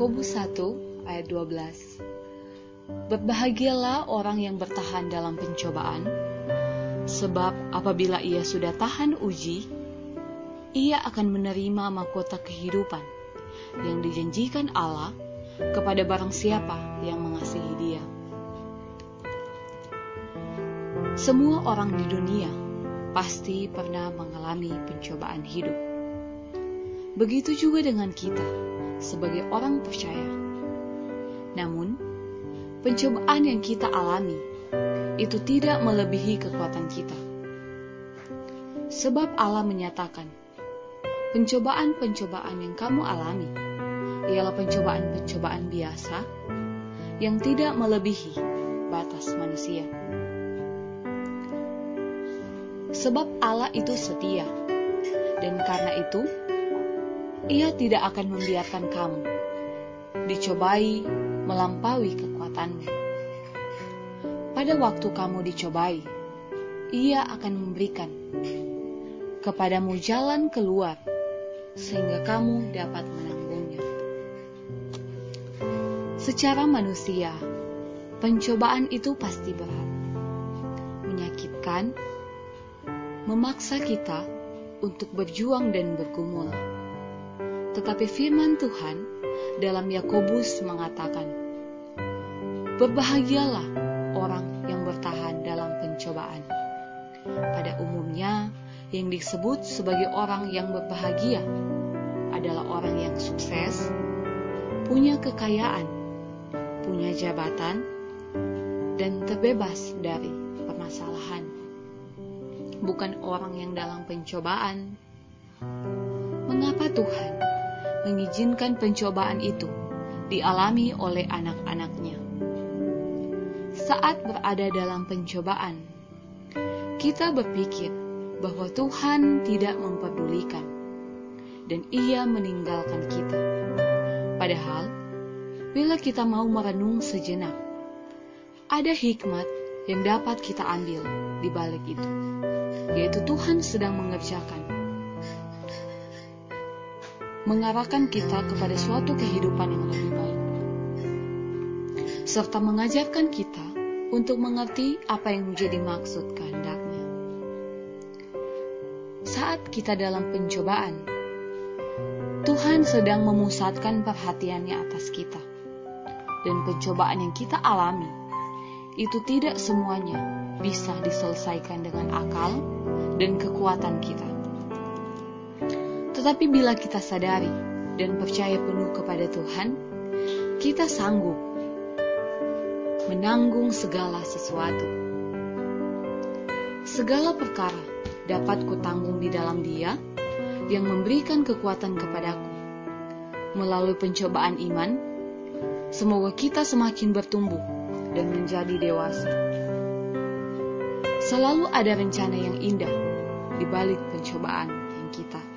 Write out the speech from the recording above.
Yakobus 1 ayat 12. Berbahagialah orang yang bertahan dalam pencobaan, sebab apabila ia sudah tahan uji, ia akan menerima mahkota kehidupan yang dijanjikan Allah kepada barang siapa yang mengasihi Dia. Semua orang di dunia pasti pernah mengalami pencobaan hidup. Begitu juga dengan kita sebagai orang percaya. Namun, pencobaan yang kita alami itu tidak melebihi kekuatan kita. Sebab Allah menyatakan, pencobaan-pencobaan yang kamu alami ialah pencobaan-pencobaan biasa yang tidak melebihi batas manusia. Sebab Allah itu setia, dan karena itu, Ia tidak akan membiarkan kamu dicobai melampaui kekuatanmu. Pada waktu kamu dicobai, Ia akan memberikan kepadamu jalan keluar sehingga kamu dapat menanggungnya. Secara manusia, pencobaan itu pasti berat, menyakitkan, memaksa kita untuk berjuang dan bergumul. Tetapi firman Tuhan dalam Yakobus mengatakan, berbahagialah orang yang bertahan dalam pencobaan. Pada umumnya, yang disebut sebagai orang yang berbahagia adalah orang yang sukses, punya kekayaan, punya jabatan, dan terbebas dari permasalahan. Bukan orang yang dalam pencobaan. Mengapa Tuhan mengizinkan pencobaan itu dialami oleh anak-anaknya? Saat berada dalam pencobaan, kita berpikir bahwa Tuhan tidak memperdulikan dan Ia meninggalkan kita. Padahal, bila kita mau merenung sejenak, ada hikmat yang dapat kita ambil di balik itu, yaitu Tuhan sedang mengarahkan kita kepada suatu kehidupan yang lebih baik, serta mengajarkan kita untuk mengerti apa yang menjadi maksud kehendak-Nya. Saat kita dalam pencobaan, Tuhan sedang memusatkan perhatiannya atas kita, dan pencobaan yang kita alami itu tidak semuanya bisa diselesaikan dengan akal dan kekuatan kita. Tetapi bila kita sadari dan percaya penuh kepada Tuhan, kita sanggup menanggung segala sesuatu. Segala perkara dapat kutanggung di dalam Dia yang memberikan kekuatan kepadaku. Melalui pencobaan iman, semoga kita semakin bertumbuh dan menjadi dewasa. Selalu ada rencana yang indah di balik pencobaan yang kita